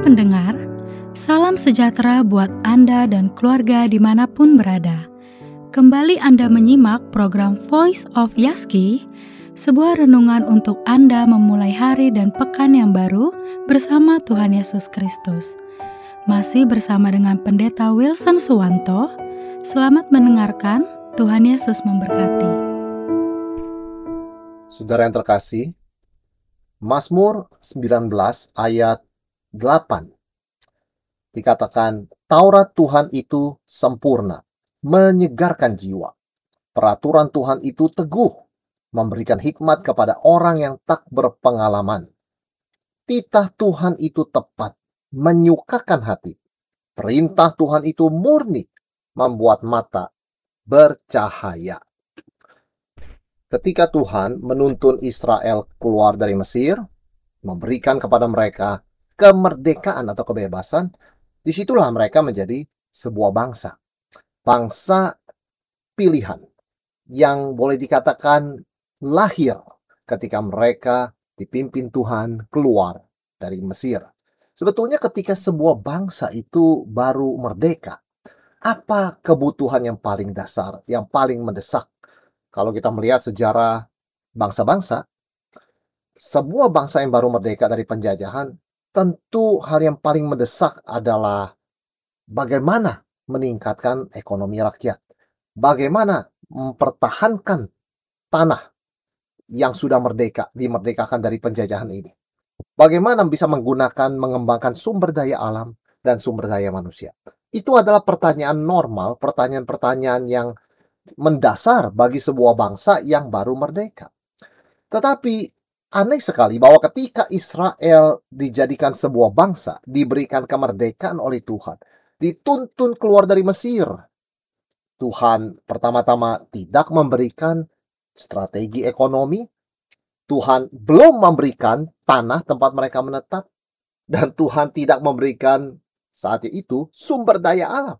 pendengar, salam sejahtera buat Anda dan keluarga dimanapun berada. Kembali Anda menyimak program Voice of Yaski, sebuah renungan untuk Anda memulai hari dan pekan yang baru bersama Tuhan Yesus Kristus. Masih bersama dengan Pendeta Wilson Suwanto. Selamat mendengarkan, Tuhan Yesus memberkati. Saudara yang terkasih, Mazmur 19 ayat 8 dikatakan, Taurat Tuhan itu sempurna, menyegarkan jiwa. Peraturan Tuhan itu teguh, memberikan hikmat kepada orang yang tak berpengalaman. Titah Tuhan itu tepat, menyukakan hati. Perintah Tuhan itu murni, membuat mata bercahaya. Ketika Tuhan menuntun Israel keluar dari Mesir, memberikan kepada mereka kemerdekaan atau kebebasan, disitulah mereka menjadi sebuah bangsa. Bangsa pilihan yang boleh dikatakan lahir ketika mereka dipimpin Tuhan keluar dari Mesir. Sebetulnya ketika sebuah bangsa itu baru merdeka, apa kebutuhan yang paling dasar, yang paling mendesak? Kalau kita melihat sejarah bangsa-bangsa, sebuah bangsa yang baru merdeka dari penjajahan, tentu hal yang paling mendesak adalah bagaimana meningkatkan ekonomi rakyat. Bagaimana mempertahankan tanah yang sudah merdeka, dimerdekakan dari penjajahan ini. Bagaimana bisa mengembangkan sumber daya alam dan sumber daya manusia. Itu adalah pertanyaan normal, pertanyaan-pertanyaan yang mendasar bagi sebuah bangsa yang baru merdeka. Tetapi aneh sekali bahwa ketika Israel dijadikan sebuah bangsa, diberikan kemerdekaan oleh Tuhan, dituntun keluar dari Mesir, Tuhan pertama-tama tidak memberikan strategi ekonomi, Tuhan belum memberikan tanah tempat mereka menetap, dan Tuhan tidak memberikan saat itu sumber daya alam.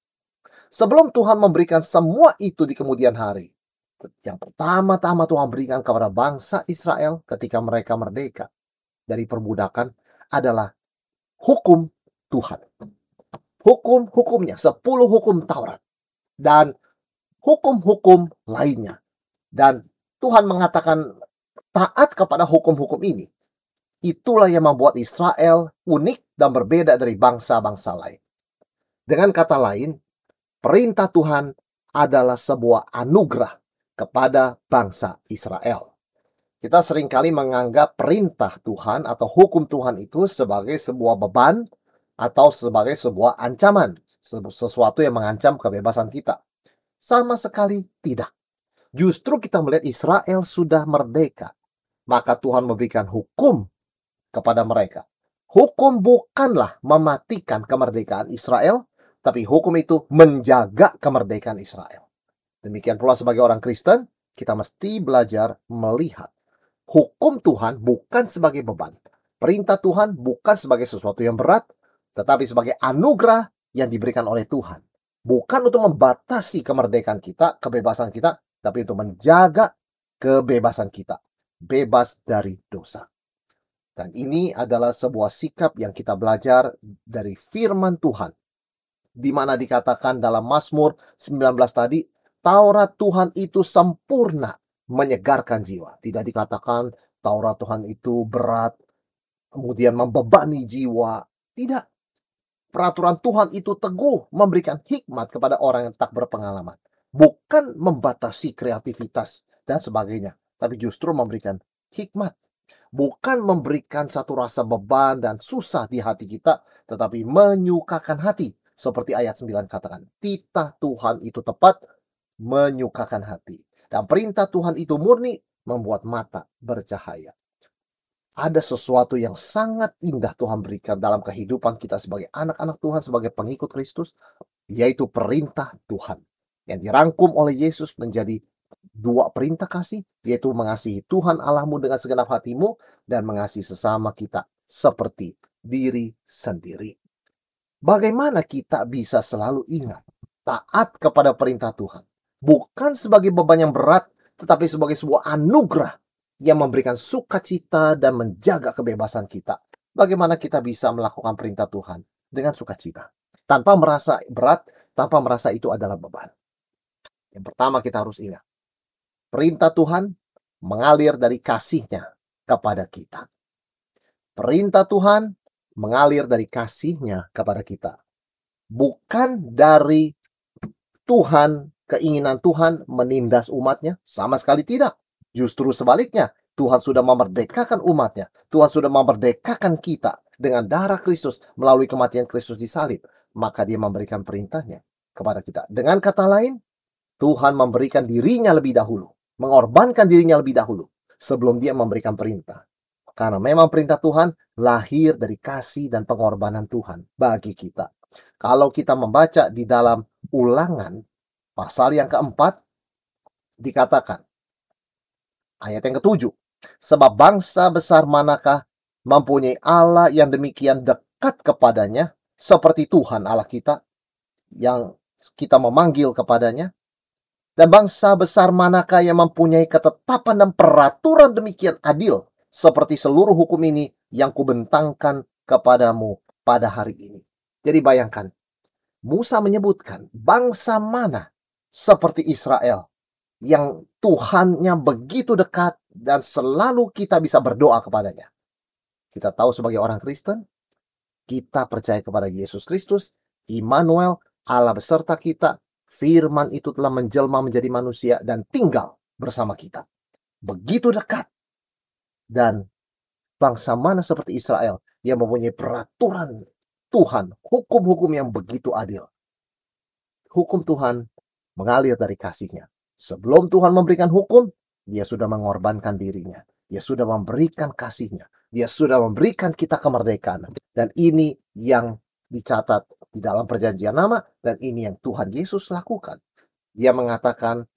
Sebelum Tuhan memberikan semua itu di kemudian hari, yang pertama-tama Tuhan berikan kepada bangsa Israel ketika mereka merdeka dari perbudakan adalah hukum Tuhan. Hukum-hukumnya, 10 hukum Taurat dan hukum-hukum lainnya. Dan Tuhan mengatakan taat kepada hukum-hukum ini. Itulah yang membuat Israel unik dan berbeda dari bangsa-bangsa lain. Dengan kata lain, perintah Tuhan adalah sebuah anugerah kepada bangsa Israel. Kita seringkali menganggap perintah Tuhan atau hukum Tuhan itu sebagai sebuah beban atau sebagai sebuah ancaman, sesuatu yang mengancam kebebasan kita. Sama sekali tidak. Justru kita melihat Israel sudah merdeka, maka Tuhan memberikan hukum kepada mereka. Hukum bukanlah mematikan kemerdekaan Israel, tapi hukum itu menjaga kemerdekaan Israel. Demikian pula sebagai orang Kristen, kita mesti belajar melihat hukum Tuhan bukan sebagai beban. Perintah Tuhan bukan sebagai sesuatu yang berat, tetapi sebagai anugerah yang diberikan oleh Tuhan. Bukan untuk membatasi kemerdekaan kita, kebebasan kita, tapi untuk menjaga kebebasan kita. Bebas dari dosa. Dan ini adalah sebuah sikap yang kita belajar dari firman Tuhan, di mana dikatakan dalam Mazmur 19 tadi, Taurat Tuhan itu sempurna, menyegarkan jiwa. Tidak dikatakan Taurat Tuhan itu berat, kemudian membebani jiwa. Tidak. Peraturan Tuhan itu teguh, memberikan hikmat kepada orang yang tak berpengalaman. Bukan membatasi kreativitas dan sebagainya, tapi justru memberikan hikmat. Bukan memberikan satu rasa beban dan susah di hati kita, tetapi menyukakan hati. Seperti ayat 9 katakan, titah Tuhan itu tepat, menyukakan hati. Dan perintah Tuhan itu murni, membuat mata bercahaya. Ada sesuatu yang sangat indah Tuhan berikan dalam kehidupan kita sebagai anak-anak Tuhan, sebagai pengikut Kristus, yaitu perintah Tuhan. Yang dirangkum oleh Yesus menjadi 2 perintah kasih, yaitu mengasihi Tuhan Allahmu dengan segenap hatimu, dan mengasihi sesama kita seperti diri sendiri. Bagaimana kita bisa selalu ingat, taat kepada perintah Tuhan, bukan sebagai beban yang berat, tetapi sebagai sebuah anugerah yang memberikan sukacita dan menjaga kebebasan kita. Bagaimana kita bisa melakukan perintah Tuhan dengan sukacita, tanpa merasa berat, tanpa merasa itu adalah beban. Yang pertama kita harus ingat, perintah Tuhan mengalir dari kasih-Nya kepada kita. Perintah Tuhan mengalir dari kasih-Nya kepada kita. Bukan dari Tuhan, keinginan Tuhan menindas umat-Nya, sama sekali tidak. Justru sebaliknya, Tuhan sudah memerdekakan umat-Nya. Tuhan sudah memerdekakan kita dengan darah Kristus melalui kematian Kristus di salib. Maka dia memberikan perintahnya kepada kita. Dengan kata lain, Tuhan memberikan dirinya lebih dahulu, mengorbankan dirinya lebih dahulu sebelum dia memberikan perintah. Karena memang perintah Tuhan lahir dari kasih dan pengorbanan Tuhan bagi kita. Kalau kita membaca di dalam Ulangan pasal yang keempat, dikatakan ayat yang ketujuh, sebab bangsa besar manakah mempunyai Allah yang demikian dekat kepadanya seperti Tuhan Allah kita yang kita memanggil kepadanya. Dan bangsa besar manakah yang mempunyai ketetapan dan peraturan demikian adil seperti seluruh hukum ini yang kubentangkan kepadamu pada hari ini. Jadi bayangkan, Musa menyebutkan bangsa mana seperti Israel yang Tuhannya begitu dekat dan selalu kita bisa berdoa kepadanya. Kita tahu sebagai orang Kristen, kita percaya kepada Yesus Kristus, Immanuel, Allah beserta kita. Firman itu telah menjelma menjadi manusia dan tinggal bersama kita. Begitu dekat. Dan bangsa mana seperti Israel yang mempunyai peraturan Tuhan, hukum-hukum yang begitu adil. Hukum Tuhan mengalir dari kasih-Nya. Sebelum Tuhan memberikan hukum, dia sudah mengorbankan dirinya. Dia sudah memberikan kasih-Nya. Dia sudah memberikan kita kemerdekaan. Dan ini yang dicatat di dalam perjanjian lama, dan ini yang Tuhan Yesus lakukan. Dia mengatakan,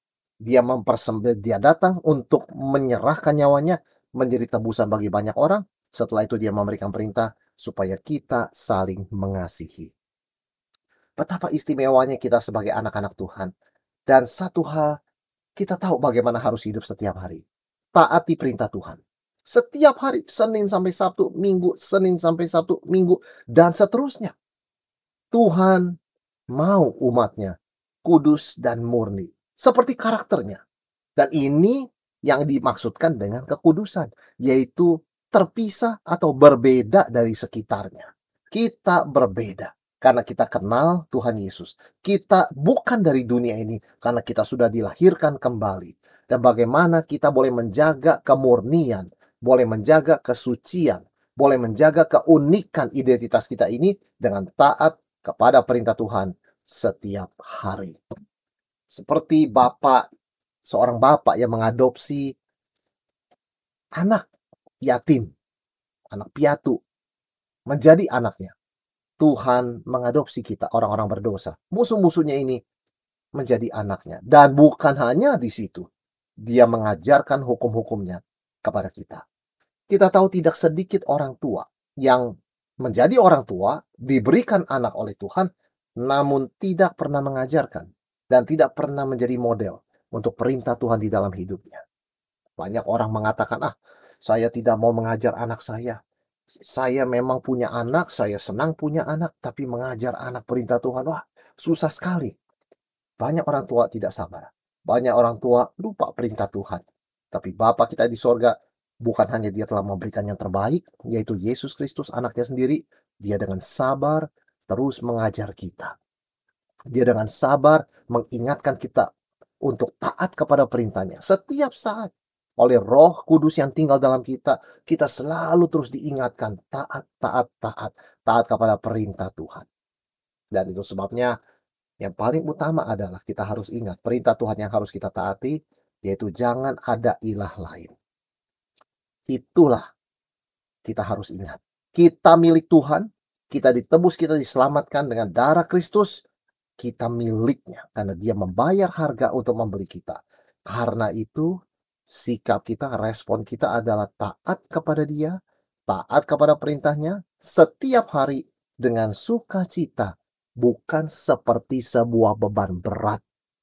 dia datang untuk menyerahkan nyawanya menjadi tebusan bagi banyak orang. Setelah itu dia memberikan perintah supaya kita saling mengasihi. Betapa istimewanya kita sebagai anak-anak Tuhan. Dan satu hal, kita tahu bagaimana harus hidup setiap hari. Taati perintah Tuhan. Setiap hari, Senin sampai Sabtu, Minggu, Senin sampai Sabtu, Minggu, dan seterusnya. Tuhan mau umatnya kudus dan murni. Seperti karakternya. Dan ini yang dimaksudkan dengan kekudusan. Yaitu terpisah atau berbeda dari sekitarnya. Kita berbeda karena kita kenal Tuhan Yesus. Kita bukan dari dunia ini karena kita sudah dilahirkan kembali. Dan bagaimana kita boleh menjaga kemurnian, boleh menjaga kesucian, boleh menjaga keunikan identitas kita ini dengan taat kepada perintah Tuhan setiap hari. Seperti seorang bapak yang mengadopsi anak yatim, anak piatu, menjadi anaknya. Tuhan mengadopsi kita, orang-orang berdosa. Musuh-musuhnya ini menjadi anaknya. Dan bukan hanya di situ. Dia mengajarkan hukum-hukumnya kepada kita. Kita tahu tidak sedikit orang tua yang menjadi orang tua, diberikan anak oleh Tuhan, namun tidak pernah mengajarkan dan tidak pernah menjadi model untuk perintah Tuhan di dalam hidupnya. Banyak orang mengatakan, saya tidak mau mengajar anak saya. Saya memang punya anak, saya senang punya anak, tapi mengajar anak perintah Tuhan, susah sekali. Banyak orang tua tidak sabar. Banyak orang tua lupa perintah Tuhan. Tapi Bapa kita di sorga, bukan hanya dia telah memberikan yang terbaik, yaitu Yesus Kristus anaknya sendiri, dia dengan sabar terus mengajar kita. Dia dengan sabar mengingatkan kita untuk taat kepada perintahnya. Setiap saat oleh Roh Kudus yang tinggal dalam kita, kita selalu terus diingatkan taat kepada perintah Tuhan. Dan itu sebabnya yang paling utama adalah kita harus ingat perintah Tuhan yang harus kita taati, yaitu jangan ada ilah lain. Itulah kita harus ingat. Kita milik Tuhan, kita ditebus, kita diselamatkan dengan darah Kristus. Kita miliknya karena dia membayar harga untuk membeli kita. Karena itu sikap kita, respon kita adalah taat kepada dia, taat kepada perintahnya setiap hari dengan sukacita, bukan seperti sebuah beban berat.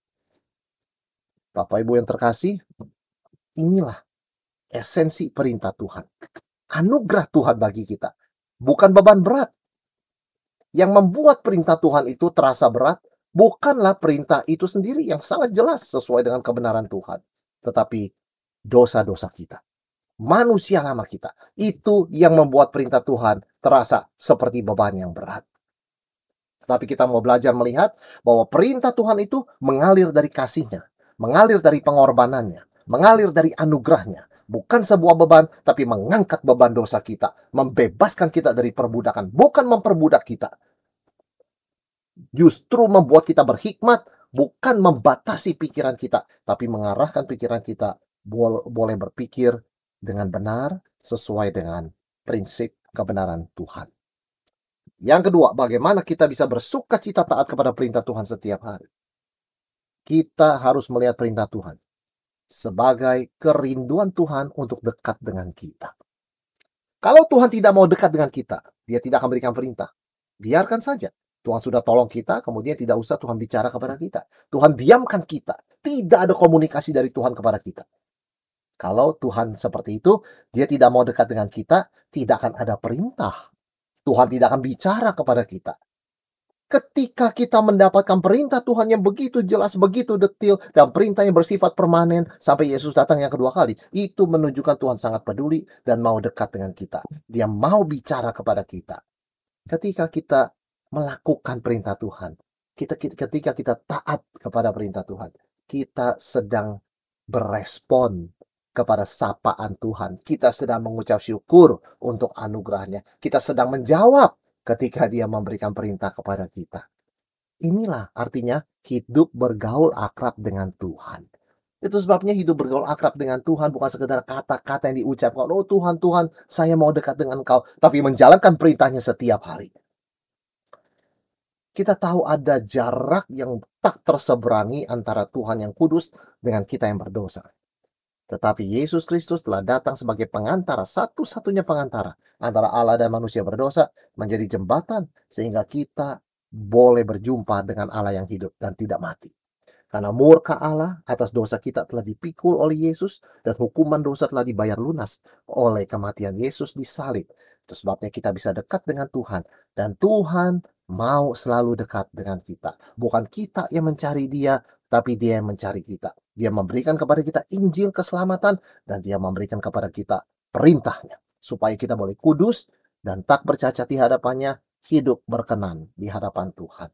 Bapak Ibu yang terkasih, inilah esensi perintah Tuhan. Anugerah Tuhan bagi kita. bukan beban berat. Yang membuat perintah Tuhan itu terasa berat bukanlah perintah itu sendiri yang sangat jelas sesuai dengan kebenaran Tuhan, tetapi dosa-dosa kita, manusia lama kita. Itu yang membuat perintah Tuhan terasa seperti beban yang berat. Tetapi kita mau belajar melihat bahwa perintah Tuhan itu mengalir dari kasih-Nya, mengalir dari pengorbanannya, mengalir dari anugerahnya. Bukan sebuah beban, tapi mengangkat beban dosa kita, membebaskan kita dari perbudakan, bukan memperbudak kita. Justru membuat kita berhikmat, bukan membatasi pikiran kita, tapi mengarahkan pikiran kita boleh berpikir dengan benar sesuai dengan prinsip kebenaran Tuhan. Yang kedua, bagaimana kita bisa bersuka cita taat kepada perintah Tuhan setiap hari? Kita harus melihat perintah Tuhan sebagai kerinduan Tuhan untuk dekat dengan kita. Kalau Tuhan tidak mau dekat dengan kita, Dia tidak akan berikan perintah. Biarkan saja. Tuhan sudah tolong kita, kemudian tidak usah Tuhan bicara kepada kita. Tuhan diamkan kita. Tidak ada komunikasi dari Tuhan kepada kita. Kalau Tuhan seperti itu, Dia tidak mau dekat dengan kita, tidak akan ada perintah. Tuhan tidak akan bicara kepada kita. Ketika kita mendapatkan perintah Tuhan yang begitu jelas, begitu detail, dan perintah yang bersifat permanen sampai Yesus datang yang kedua kali, itu menunjukkan Tuhan sangat peduli dan mau dekat dengan kita. Dia mau bicara kepada kita. Ketika kita melakukan perintah Tuhan, ketika kita taat kepada perintah Tuhan, kita sedang berespon kepada sapaan Tuhan. Kita sedang mengucap syukur untuk anugerahnya. Kita sedang menjawab ketika Dia memberikan perintah kepada kita. Inilah artinya hidup bergaul akrab dengan Tuhan. Itu sebabnya hidup bergaul akrab dengan Tuhan bukan sekedar kata-kata yang diucapkan, oh Tuhan, Tuhan, saya mau dekat dengan Engkau, tapi menjalankan perintahnya setiap hari. Kita tahu ada jarak yang tak terseberangi antara Tuhan yang kudus dengan kita yang berdosa. Tetapi Yesus Kristus telah datang sebagai pengantara, satu-satunya pengantara antara Allah dan manusia berdosa, menjadi jembatan sehingga kita boleh berjumpa dengan Allah yang hidup dan tidak mati. Karena murka Allah atas dosa kita telah dipikul oleh Yesus dan hukuman dosa telah dibayar lunas oleh kematian Yesus di salib. Itu sebabnya kita bisa dekat dengan Tuhan, dan Tuhan mau selalu dekat dengan kita. Bukan kita yang mencari Dia, tapi Dia yang mencari kita. Dia memberikan kepada kita Injil keselamatan, dan Dia memberikan kepada kita perintahnya, supaya kita boleh kudus dan tak bercacat di hadapannya, hidup berkenan di hadapan Tuhan.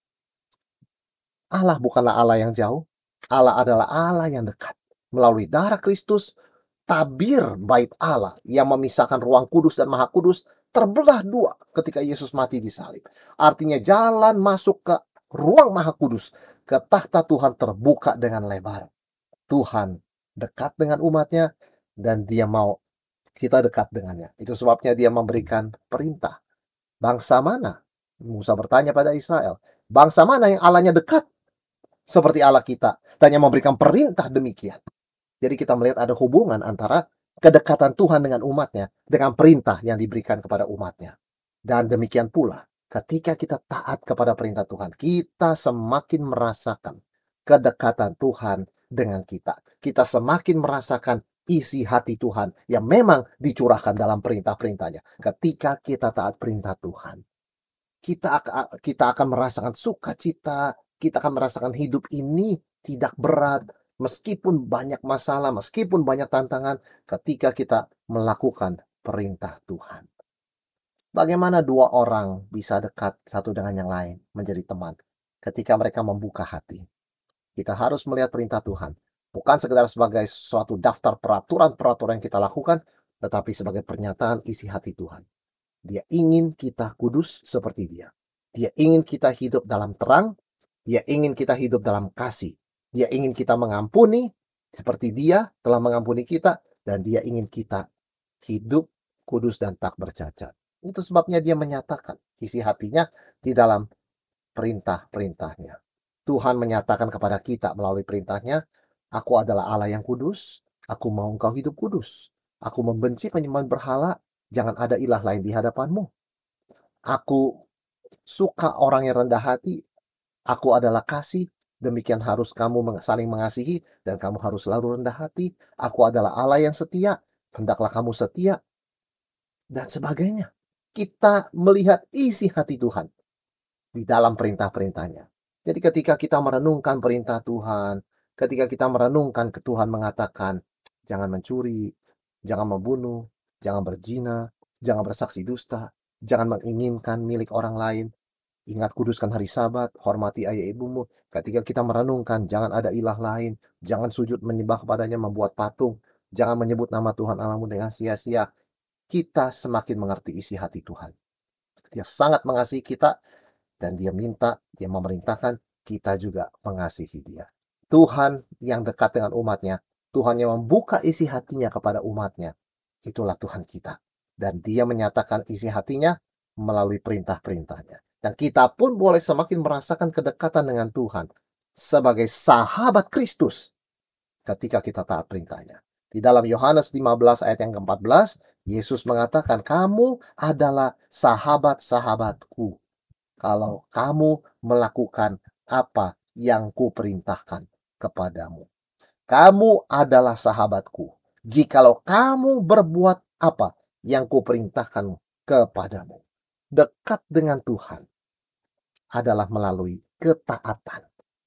Allah bukanlah Allah yang jauh, Allah adalah Allah yang dekat. Melalui darah Kristus, tabir bait Allah yang memisahkan ruang kudus dan maha kudus terbelah dua ketika Yesus mati di salib. Artinya jalan masuk ke ruang maha kudus, ke takhta Tuhan terbuka dengan lebar. Tuhan dekat dengan umatnya, dan Dia mau kita dekat dengannya. Itu sebabnya Dia memberikan perintah. Bangsa mana? Musa bertanya pada Israel, bangsa mana yang Allahnya dekat seperti Allah kita, dan yang memberikan perintah demikian. Jadi kita melihat ada hubungan antara kedekatan Tuhan dengan umatnya dengan perintah yang diberikan kepada umatnya. Dan demikian pula, ketika kita taat kepada perintah Tuhan, kita semakin merasakan kedekatan Tuhan dengan kita. Kita semakin merasakan isi hati Tuhan yang memang dicurahkan dalam perintah-perintahnya. Ketika kita taat perintah Tuhan, kita akan merasakan sukacita, kita akan merasakan hidup ini tidak berat, meskipun banyak masalah, meskipun banyak tantangan, ketika kita melakukan perintah Tuhan. Bagaimana dua orang bisa dekat satu dengan yang lain, menjadi teman, ketika mereka membuka hati? Kita harus melihat perintah Tuhan, bukan sekedar sebagai suatu daftar peraturan-peraturan yang kita lakukan, tetapi sebagai pernyataan isi hati Tuhan. Dia ingin kita kudus seperti Dia. Dia ingin kita hidup dalam terang. Dia ingin kita hidup dalam kasih. Dia ingin kita mengampuni seperti Dia telah mengampuni kita, dan Dia ingin kita hidup kudus dan tak bercacat. Itu sebabnya Dia menyatakan isi hatinya di dalam perintah-perintahnya. Tuhan menyatakan kepada kita melalui perintahnya, aku adalah Allah yang kudus, aku mau engkau hidup kudus. Aku membenci penyembahan berhala, jangan ada ilah lain di hadapanmu. Aku suka orang yang rendah hati, aku adalah kasih, demikian harus kamu saling mengasihi, dan kamu harus selalu rendah hati. Aku adalah Allah yang setia, hendaklah kamu setia, dan sebagainya. kita melihat isi hati Tuhan di dalam perintah-perintahnya. Jadi ketika kita merenungkan perintah Tuhan, ketika kita merenungkan ke Tuhan mengatakan, jangan mencuri, jangan membunuh, jangan berzina, jangan bersaksi dusta, jangan menginginkan milik orang lain, ingat kuduskan hari Sabat, hormati ayah ibumu. Ketika kita merenungkan, jangan ada ilah lain, jangan sujud menyembah kepadanya, membuat patung, jangan menyebut nama Tuhan Allahmu dengan sia-sia. Kita semakin mengerti isi hati Tuhan. Dia sangat mengasihi kita, dan dia memerintahkan kita juga mengasihi dia. Tuhan yang dekat dengan umatnya, Tuhan yang membuka isi hatinya kepada umatnya, itulah Tuhan kita. Dan dia menyatakan isi hatinya melalui perintah-perintahnya. Dan kita pun boleh semakin merasakan kedekatan dengan Tuhan sebagai sahabat Kristus ketika kita taat perintahnya. Di dalam Yohanes 15 ayat yang ke-14, Yesus mengatakan, kamu adalah sahabat-sahabatku kalau kamu melakukan apa yang kuperintahkan kepadamu. Kamu adalah sahabatku jikalau kamu berbuat apa yang kuperintahkan kepadamu. Dekat dengan Tuhan adalah melalui ketaatan.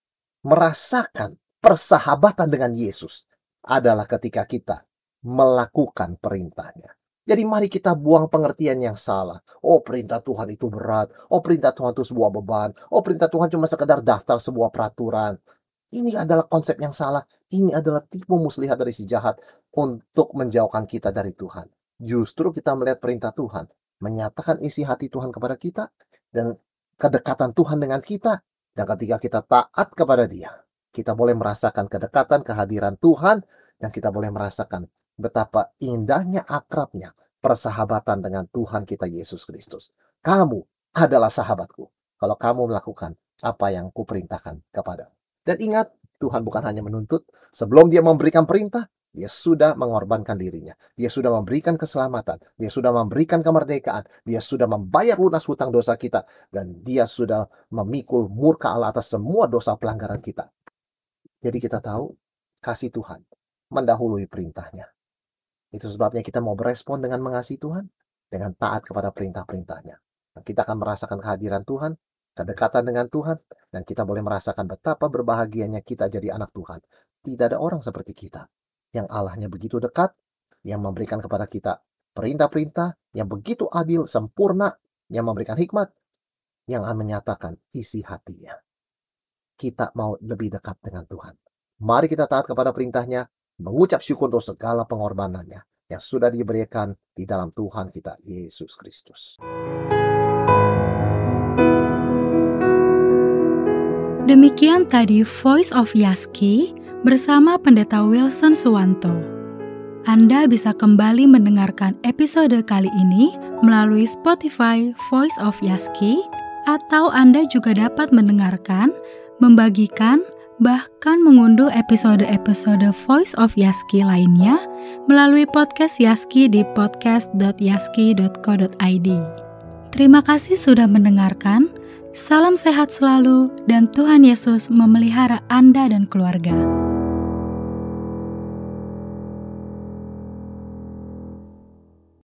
Merasakan persahabatan dengan Yesus adalah ketika kita melakukan perintahnya. Jadi mari kita buang pengertian yang salah. Oh, perintah Tuhan itu berat. Oh, perintah Tuhan itu sebuah beban. Oh, perintah Tuhan cuma sekedar daftar sebuah peraturan. Ini adalah konsep yang salah. Ini adalah tipu muslihat dari si jahat untuk menjauhkan kita dari Tuhan. Justru kita melihat perintah Tuhan, menyatakan isi hati Tuhan kepada kita, dan kedekatan Tuhan dengan kita. Dan ketika kita taat kepada Dia, kita boleh merasakan kedekatan, kehadiran Tuhan, dan kita boleh merasakan betapa indahnya, akrabnya persahabatan dengan Tuhan kita Yesus Kristus. Kamu adalah sahabatku kalau kamu melakukan apa yang kuperintahkan kepadamu. Dan ingat, Tuhan bukan hanya menuntut. Sebelum Dia memberikan perintah, Dia sudah mengorbankan dirinya. Dia sudah memberikan keselamatan. Dia sudah memberikan kemerdekaan. Dia sudah membayar lunas hutang dosa kita. Dan Dia sudah memikul murka Allah atas semua dosa pelanggaran kita. Jadi kita tahu kasih Tuhan mendahului perintahnya. Itu sebabnya kita mau berespon dengan mengasihi Tuhan, dengan taat kepada perintah-perintahnya. Dan kita akan merasakan kehadiran Tuhan, kedekatan dengan Tuhan, dan kita boleh merasakan betapa berbahagianya kita jadi anak Tuhan. Tidak ada orang seperti kita yang Allahnya begitu dekat, yang memberikan kepada kita perintah-perintah yang begitu adil, sempurna, yang memberikan hikmat, yang menyatakan isi hatinya. Kita mau lebih dekat dengan Tuhan. Mari kita taat kepada perintahnya, mengucap syukur untuk segala pengorbanannya yang sudah diberikan di dalam Tuhan kita Yesus Kristus. Demikian tadi Voice of Yaski bersama Pendeta Wilson Suwanto. Anda bisa kembali mendengarkan episode kali ini melalui Spotify Voice of Yaski, atau Anda juga dapat mendengarkan, membagikan, bahkan mengunduh episode-episode Voice of Yaski lainnya melalui podcast Yaski di podcast.yaski.co.id. Terima kasih sudah mendengarkan. Salam sehat selalu dan Tuhan Yesus memelihara Anda dan keluarga.